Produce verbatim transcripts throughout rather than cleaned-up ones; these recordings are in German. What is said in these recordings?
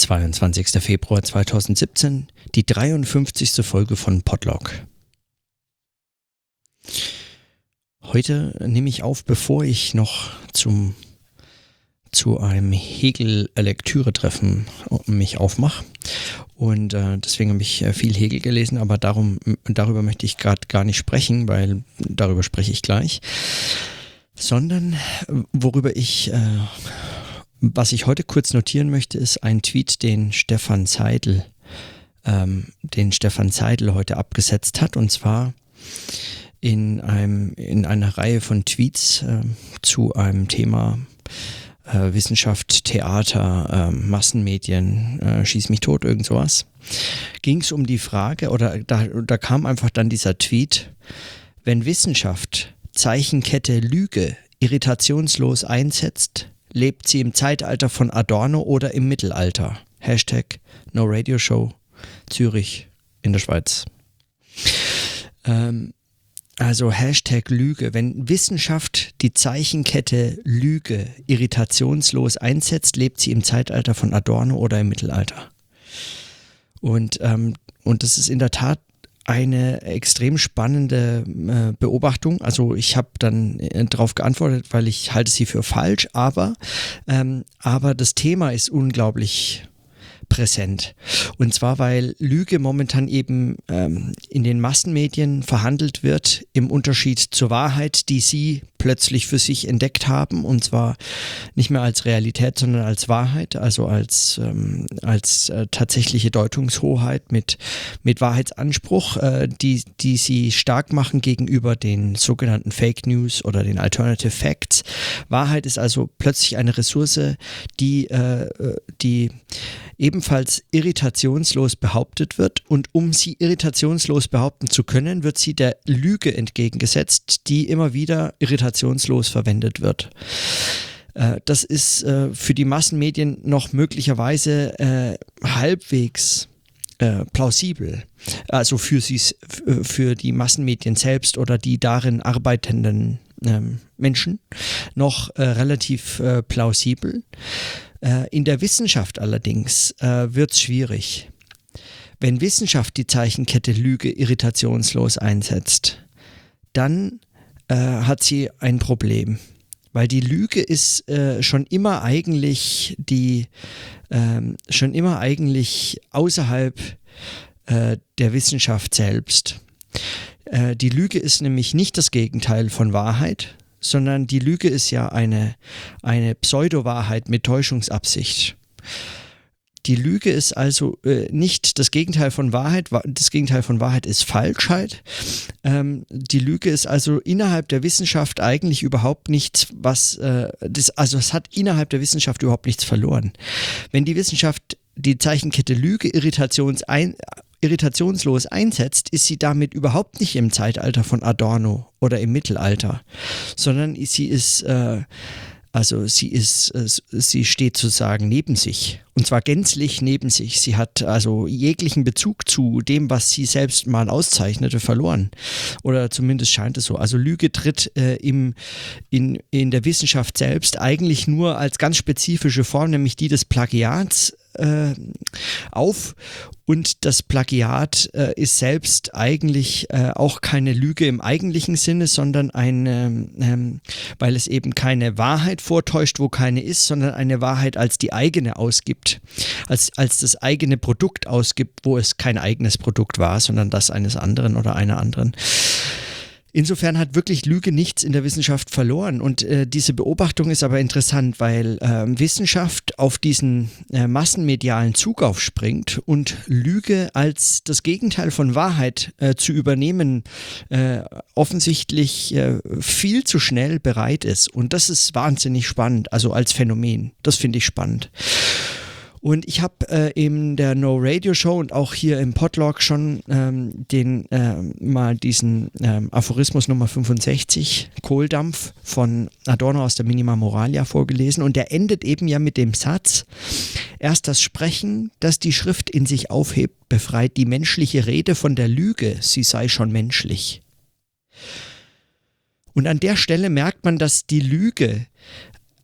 zweiundzwanzigster Februar zweitausendsiebzehn, die dreiundfünfzigste Folge von Podlog. Heute nehme ich auf, bevor ich noch zum, zu einem Hegel-Lektüre-Treffen mich aufmache. Und äh, deswegen habe ich äh, viel Hegel gelesen, aber darum, darüber möchte ich gerade gar nicht sprechen, weil darüber spreche ich gleich. Sondern worüber ich... Äh, Was ich heute kurz notieren möchte, ist ein Tweet, den Stefan Zeidl, ähm, den Stefan Zeidl heute abgesetzt hat, und zwar in einem in einer Reihe von Tweets äh, zu einem Thema äh, Wissenschaft, Theater, äh, Massenmedien, äh, schieß mich tot, irgend sowas. Ging es um die Frage, oder da, da kam einfach dann dieser Tweet: Wenn Wissenschaft Zeichenkette Lüge irritationslos einsetzt, lebt sie im Zeitalter von Adorno oder im Mittelalter? Hashtag No Radio Show Zürich in der Schweiz. Ähm, also Hashtag Lüge. Wenn Wissenschaft die Zeichenkette Lüge irritationslos einsetzt, lebt sie im Zeitalter von Adorno oder im Mittelalter. Und, ähm, und das ist in der Tat eine extrem spannende äh, Beobachtung. Also ich habe dann äh, darauf geantwortet, weil ich halte sie für falsch, aber, ähm, aber das Thema ist unglaublich präsent. Und zwar, weil Lüge momentan eben ähm, in den Massenmedien verhandelt wird, im Unterschied zur Wahrheit, die sie plötzlich für sich entdeckt haben, und zwar nicht mehr als Realität, sondern als Wahrheit, also als, ähm, als äh, tatsächliche Deutungshoheit mit, mit Wahrheitsanspruch, äh, die, die sie stark machen gegenüber den sogenannten Fake News oder den Alternative Facts. Wahrheit ist also plötzlich eine Ressource, die, äh, die ebenfalls irritationslos behauptet wird, und um sie irritationslos behaupten zu können, wird sie der Lüge entgegengesetzt, die immer wieder irritationslos verwendet wird. Äh, das ist äh, für die Massenmedien noch möglicherweise äh, halbwegs äh, plausibel, also für, sie's, für die Massenmedien selbst oder die darin arbeitenden ähm, Menschen noch äh, relativ äh, plausibel. In der Wissenschaft allerdings äh, wird es schwierig. Wenn Wissenschaft die Zeichenkette Lüge irritationslos einsetzt, dann äh, hat sie ein Problem. Weil die Lüge ist äh, schon immer eigentlich die ähm, schon immer eigentlich außerhalb äh, der Wissenschaft selbst. Äh, die Lüge ist nämlich nicht das Gegenteil von Wahrheit, sondern die Lüge ist ja eine, eine Pseudo-Wahrheit mit Täuschungsabsicht. Die Lüge ist also äh, nicht das Gegenteil von Wahrheit. Das Gegenteil von Wahrheit ist Falschheit. Ähm, die Lüge ist also innerhalb der Wissenschaft eigentlich überhaupt nichts, was, äh, das, also es hat innerhalb der Wissenschaft überhaupt nichts verloren. Wenn die Wissenschaft die Zeichenkette Lüge irritations ein, irritationslos einsetzt, ist sie damit überhaupt nicht im Zeitalter von Adorno oder im Mittelalter, sondern sie ist, äh, also sie ist, äh, sie steht sozusagen neben sich, und zwar gänzlich neben sich. Sie hat also jeglichen Bezug zu dem, was sie selbst mal auszeichnete, verloren, oder zumindest scheint es so. Also Lüge tritt äh, im, in, in der Wissenschaft selbst eigentlich nur als ganz spezifische Form, nämlich die des Plagiats, äh, auf. Und das Plagiat äh, ist selbst eigentlich äh, auch keine Lüge im eigentlichen Sinne, sondern eine, ähm, weil es eben keine Wahrheit vortäuscht, wo keine ist, sondern eine Wahrheit als die eigene ausgibt, als, als das eigene Produkt ausgibt, wo es kein eigenes Produkt war, sondern das eines anderen oder einer anderen. Insofern hat wirklich Lüge nichts in der Wissenschaft verloren, und äh, diese Beobachtung ist aber interessant, weil äh, Wissenschaft auf diesen äh, massenmedialen Zug aufspringt und Lüge als das Gegenteil von Wahrheit äh, zu übernehmen äh, offensichtlich äh, viel zu schnell bereit ist, und das ist wahnsinnig spannend, also als Phänomen, das finde ich spannend. Und ich habe äh, in der No Radio Show und auch hier im Podlog schon ähm, den äh, mal diesen ähm, Aphorismus Nummer fünfundsechzig, Kohldampf von Adorno aus der Minima Moralia, vorgelesen, und der endet eben ja mit dem Satz: Erst das Sprechen, das die Schrift in sich aufhebt, befreit die menschliche Rede von der Lüge, sie sei schon menschlich. Und an der Stelle merkt man, dass die Lüge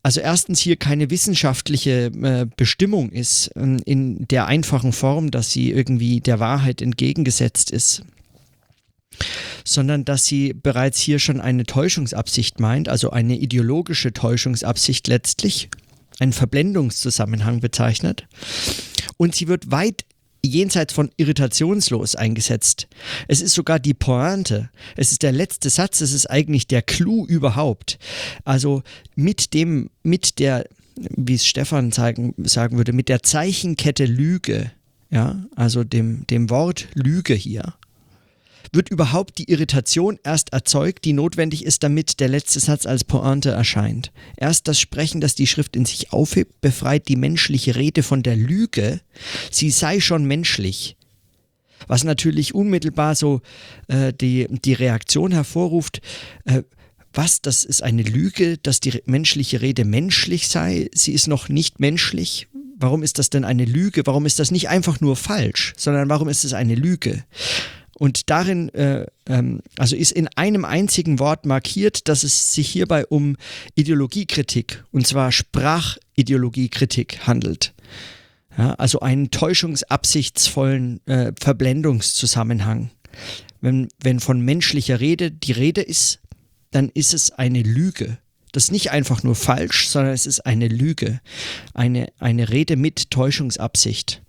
also erstens hier keine wissenschaftliche äh, Bestimmung ist, äh, in der einfachen Form, dass sie irgendwie der Wahrheit entgegengesetzt ist, sondern dass sie bereits hier schon eine Täuschungsabsicht meint, also eine ideologische Täuschungsabsicht letztlich, einen Verblendungszusammenhang bezeichnet. Und sie wird weit jenseits von irritationslos eingesetzt. Es ist sogar die Pointe. Es ist der letzte Satz, es ist eigentlich der Clou überhaupt. Also mit dem, mit der, wie es Stefan sagen, sagen würde, mit der Zeichenkette Lüge, ja, also dem, dem Wort Lüge hier, wird überhaupt die Irritation erst erzeugt, die notwendig ist, damit der letzte Satz als Pointe erscheint. Erst das Sprechen, das die Schrift in sich aufhebt, befreit die menschliche Rede von der Lüge, sie sei schon menschlich. Was natürlich unmittelbar so äh, die, die Reaktion hervorruft, äh, was, das ist eine Lüge, dass die menschliche Rede menschlich sei, sie ist noch nicht menschlich. Warum ist das denn eine Lüge? Warum ist das nicht einfach nur falsch, sondern warum ist es eine Lüge? Und darin, äh, ähm, also ist in einem einzigen Wort markiert, dass es sich hierbei um Ideologiekritik, und zwar Sprachideologiekritik handelt. Ja, also einen täuschungsabsichtsvollen äh, Verblendungszusammenhang. Wenn, wenn von menschlicher Rede die Rede ist, dann ist es eine Lüge. Das ist nicht einfach nur falsch, sondern es ist eine Lüge. Eine, eine Rede mit Täuschungsabsicht.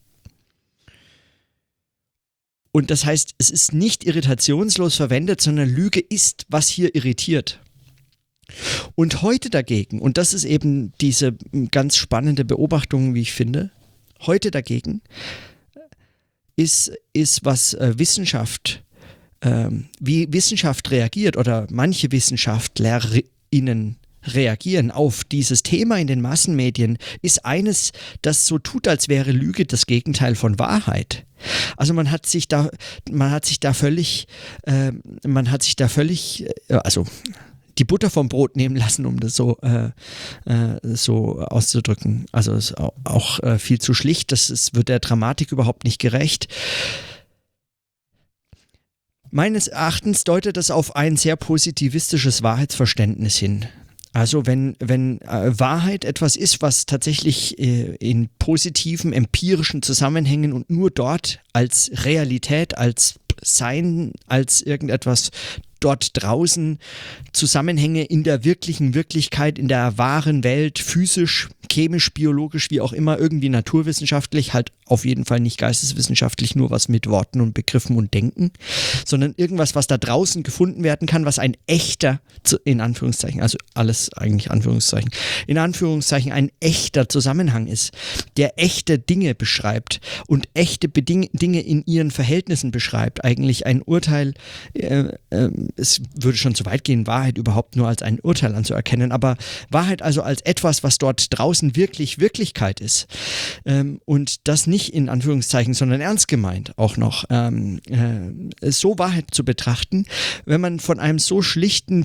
Und das heißt, es ist nicht irritationslos verwendet, sondern Lüge ist, was hier irritiert. Und heute dagegen, und das ist eben diese ganz spannende Beobachtung, wie ich finde, heute dagegen ist, ist was äh, Wissenschaft, äh, wie Wissenschaft reagiert oder manche WissenschaftlerInnen reagieren auf dieses Thema in den Massenmedien, ist eines, das so tut, als wäre Lüge das Gegenteil von Wahrheit. Also man hat sich da, man hat sich da völlig, äh, man hat sich da völlig, äh, also die Butter vom Brot nehmen lassen, um das so, äh, äh, so auszudrücken. Also es ist auch, auch äh, viel zu schlicht, das ist, wird der Dramatik überhaupt nicht gerecht. Meines Erachtens deutet das auf ein sehr positivistisches Wahrheitsverständnis hin. Also wenn, wenn äh, Wahrheit etwas ist, was tatsächlich äh, in positiven, empirischen Zusammenhängen und nur dort als Realität, als Sein, als irgendetwas dort draußen Zusammenhänge in der wirklichen Wirklichkeit, in der wahren Welt, physisch, chemisch, biologisch, wie auch immer, irgendwie naturwissenschaftlich, halt auf jeden Fall nicht geisteswissenschaftlich, nur was mit Worten und Begriffen und Denken, sondern irgendwas, was da draußen gefunden werden kann, was ein echter, in Anführungszeichen, also alles eigentlich Anführungszeichen, in Anführungszeichen ein echter Zusammenhang ist, der echte Dinge beschreibt und echte Beding- Dinge in ihren Verhältnissen beschreibt. Eigentlich ein Urteil, äh, äh, es würde schon zu weit gehen, Wahrheit überhaupt nur als ein Urteil anzuerkennen, aber Wahrheit also als etwas, was dort draußen wirklich Wirklichkeit ist. Ähm, und das nicht in Anführungszeichen, sondern ernst gemeint auch noch, ähm, äh, so Wahrheit zu betrachten, wenn man von einem so schlichten,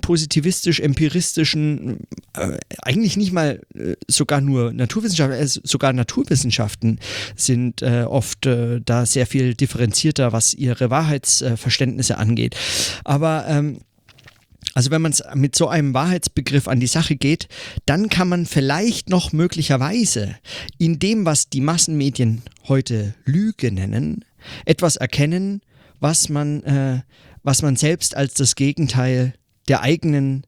positivistisch-empiristischen, äh, eigentlich nicht mal äh, sogar nur Naturwissenschaften, äh, sogar Naturwissenschaften sind äh, oft äh, da sehr viel differenzierter, was ihre Wahrheitsverständnisse äh, angeht. Aber ähm, also wenn man es mit so einem Wahrheitsbegriff an die Sache geht, dann kann man vielleicht noch möglicherweise in dem, was die Massenmedien heute Lüge nennen, etwas erkennen, was man, äh, was man selbst als das Gegenteil der eigenen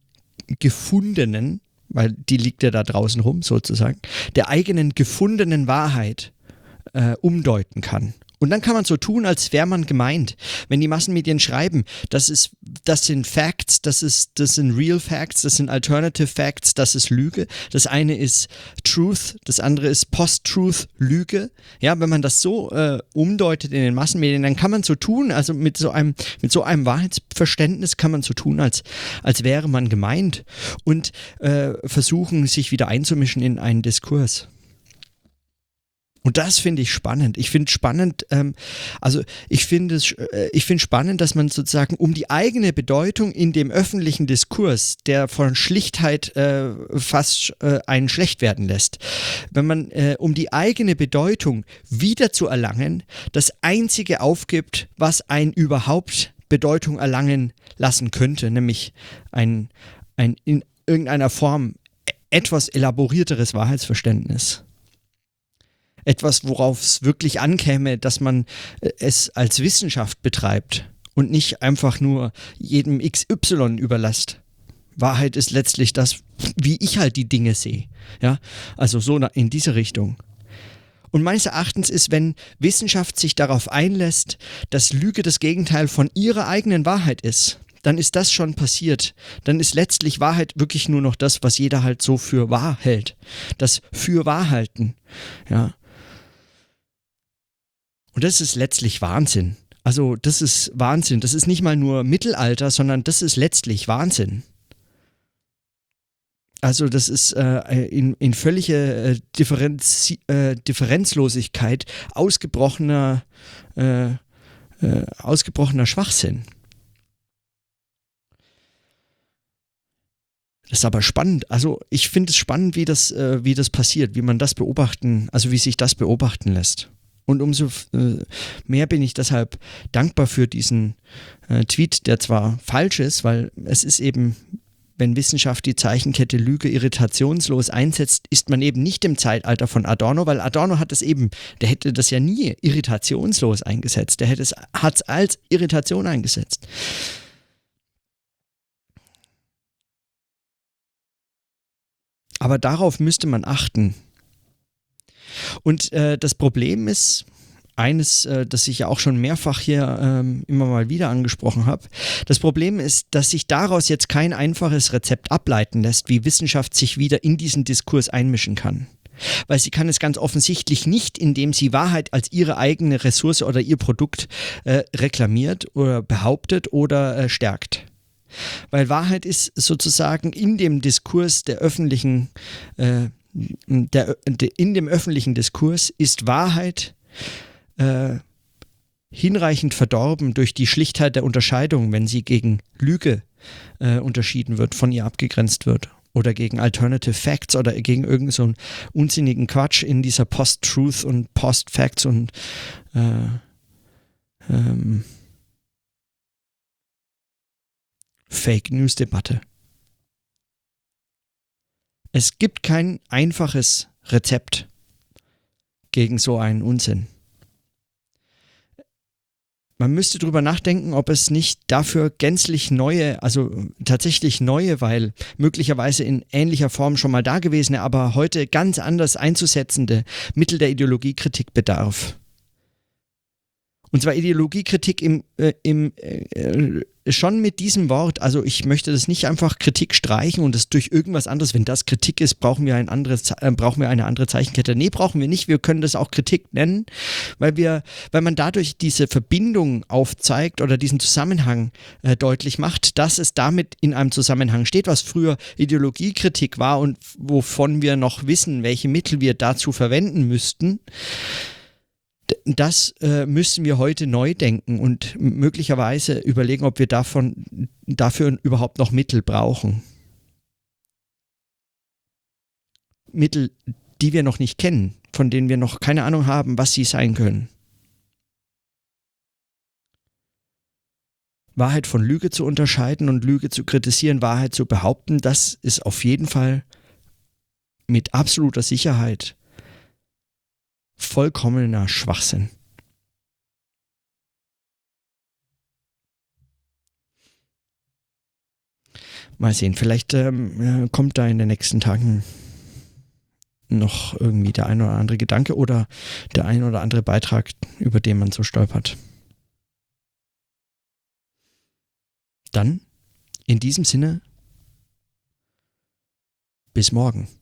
gefundenen, weil die liegt ja da draußen rum sozusagen, der eigenen gefundenen Wahrheit äh, umdeuten kann. Und dann kann man so tun, als wäre man gemeint. Wenn die Massenmedien schreiben, das ist, das sind Facts, das ist, das sind Real Facts, das sind Alternative Facts, das ist Lüge. Das eine ist Truth, das andere ist Post-Truth, Lüge. Ja, wenn man das so äh, umdeutet in den Massenmedien, dann kann man so tun, also mit so einem, mit so einem Wahrheitsverständnis kann man so tun, als, als wäre man gemeint und äh, versuchen, sich wieder einzumischen in einen Diskurs. Und das finde ich spannend. Ich finde spannend, ähm, also ich finde es, äh, ich finde spannend, dass man sozusagen um die eigene Bedeutung in dem öffentlichen Diskurs, der von Schlichtheit äh, fast äh, einen schlecht werden lässt, wenn man äh, um die eigene Bedeutung wieder zu erlangen, das Einzige aufgibt, was einen überhaupt Bedeutung erlangen lassen könnte, nämlich ein, ein in irgendeiner Form etwas elaborierteres Wahrheitsverständnis. Etwas, worauf es wirklich ankäme, dass man es als Wissenschaft betreibt und nicht einfach nur jedem X Y überlässt. Wahrheit ist letztlich das, wie ich halt die Dinge sehe. Ja? Also so in diese Richtung. Und meines Erachtens ist, wenn Wissenschaft sich darauf einlässt, dass Lüge das Gegenteil von ihrer eigenen Wahrheit ist, dann ist das schon passiert. Dann ist letztlich Wahrheit wirklich nur noch das, was jeder halt so für wahr hält. Das für wahr halten. Ja. Und das ist letztlich Wahnsinn. Also das ist Wahnsinn. Das ist nicht mal nur Mittelalter, sondern das ist letztlich Wahnsinn. Also das ist äh, in, in völlige äh, Differenz, äh, Differenzlosigkeit ausgebrochener, äh, äh, ausgebrochener Schwachsinn. Das ist aber spannend. Also ich finde es spannend, wie das, äh, wie das passiert, wie man das beobachten, also wie sich das beobachten lässt. Und umso äh, mehr bin ich deshalb dankbar für diesen äh, Tweet, der zwar falsch ist, weil es ist eben, wenn Wissenschaft die Zeichenkette Lüge irritationslos einsetzt, ist man eben nicht im Zeitalter von Adorno, weil Adorno hat es eben, der hätte das ja nie irritationslos eingesetzt, der hätte es hat's als Irritation eingesetzt. Aber darauf müsste man achten. Und äh, das Problem ist, eines, äh, das ich ja auch schon mehrfach hier ähm, immer mal wieder angesprochen habe, das Problem ist, dass sich daraus jetzt kein einfaches Rezept ableiten lässt, wie Wissenschaft sich wieder in diesen Diskurs einmischen kann. Weil sie kann es ganz offensichtlich nicht, indem sie Wahrheit als ihre eigene Ressource oder ihr Produkt äh, reklamiert oder behauptet oder äh, stärkt. Weil Wahrheit ist sozusagen in dem Diskurs der öffentlichen äh, Der, der, in dem öffentlichen Diskurs ist Wahrheit äh, hinreichend verdorben durch die Schlichtheit der Unterscheidung, wenn sie gegen Lüge äh, unterschieden wird, von ihr abgegrenzt wird. Oder gegen Alternative Facts oder gegen irgendeinen so unsinnigen Quatsch in dieser Post-Truth und Post-Facts und äh, ähm, Fake-News-Debatte. Es gibt kein einfaches Rezept gegen so einen Unsinn. Man müsste drüber nachdenken, ob es nicht dafür gänzlich neue, also tatsächlich neue, weil möglicherweise in ähnlicher Form schon mal da gewesene, aber heute ganz anders einzusetzende Mittel der Ideologiekritik bedarf. Und zwar Ideologiekritik im, äh, im äh, schon mit diesem Wort, also ich möchte das nicht einfach Kritik streichen und das durch irgendwas anderes, wenn das Kritik ist, brauchen wir ein anderes, äh, brauchen wir eine andere Zeichenkette. Nee, brauchen wir nicht, wir können das auch Kritik nennen, weil wir, weil man dadurch diese Verbindung aufzeigt oder diesen Zusammenhang äh, deutlich macht, dass es damit in einem Zusammenhang steht, was früher Ideologiekritik war und wovon wir noch wissen, welche Mittel wir dazu verwenden müssten. Das äh, müssen wir heute neu denken und möglicherweise überlegen, ob wir davon, dafür überhaupt noch Mittel brauchen. Mittel, die wir noch nicht kennen, von denen wir noch keine Ahnung haben, was sie sein können. Wahrheit von Lüge zu unterscheiden und Lüge zu kritisieren, Wahrheit zu behaupten, das ist auf jeden Fall mit absoluter Sicherheit vollkommener Schwachsinn. Mal sehen, vielleicht ähm, kommt da in den nächsten Tagen noch irgendwie der ein oder andere Gedanke oder der ein oder andere Beitrag, über den man so stolpert. Dann, in diesem Sinne, bis morgen.